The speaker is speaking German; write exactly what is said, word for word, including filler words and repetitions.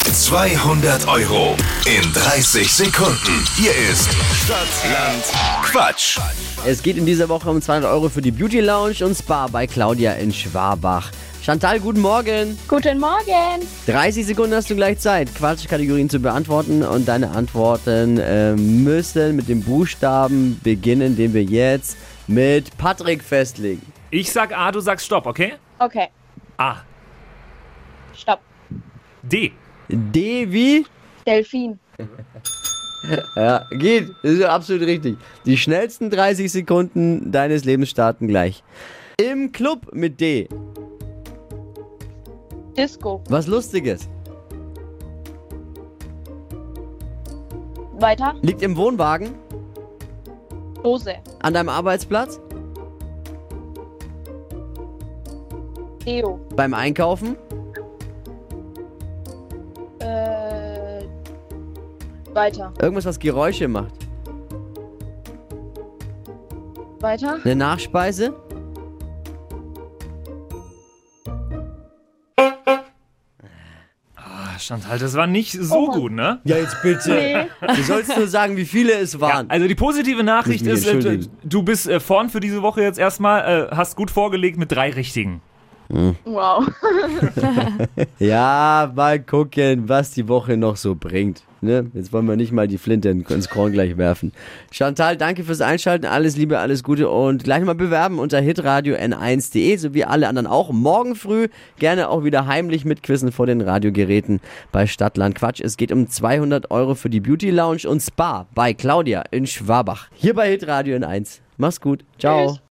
zweihundert Euro in dreißig Sekunden. Hier ist Stadtland Quatsch. Es geht in dieser Woche um zweihundert Euro für die Beauty Lounge und Spa bei Claudia in Schwabach. Chantal, guten Morgen. Guten Morgen. dreißig Sekunden hast du gleich Zeit, Quatschkategorien zu beantworten. Und deine Antworten äh, müssen mit dem Buchstaben beginnen, den wir jetzt mit Patrick festlegen. Ich sag A, du sagst Stopp, okay? Okay, A. stopp. D. D wie? Delfin. Ja, geht. Das ist absolut richtig. Die schnellsten dreißig Sekunden deines Lebens starten gleich. Im Club mit D. Disco. Was Lustiges. Weiter. Liegt im Wohnwagen. Dose. An deinem Arbeitsplatz. Deo. Beim Einkaufen. Äh, weiter. Irgendwas, was Geräusche macht. Weiter. Eine Nachspeise. Ah, Chantal, das war nicht so Oh. gut, ne? Ja, jetzt bitte. Nee. Du sollst nur sagen, wie viele es Ja, waren. also die positive Nachricht Muss mich ist, äh, du, entschuldigen. du bist äh, vorn für diese Woche jetzt erstmal, äh, hast gut vorgelegt mit drei richtigen. Wow. Ja, mal gucken, was die Woche noch so bringt. Ne? Jetzt wollen wir nicht mal die Flinte ins Korn gleich werfen. Chantal, danke fürs Einschalten. Alles Liebe, alles Gute und gleich mal bewerben unter hitradio n eins punkt de, so wie alle anderen auch. Morgen früh gerne auch wieder heimlich mitquissen vor den Radiogeräten bei Stadtland Quatsch. Es geht um zweihundert Euro für die Beauty Lounge und Spa bei Claudia in Schwabach. Hier bei Hitradio N eins. Mach's gut. Ciao. Tschüss.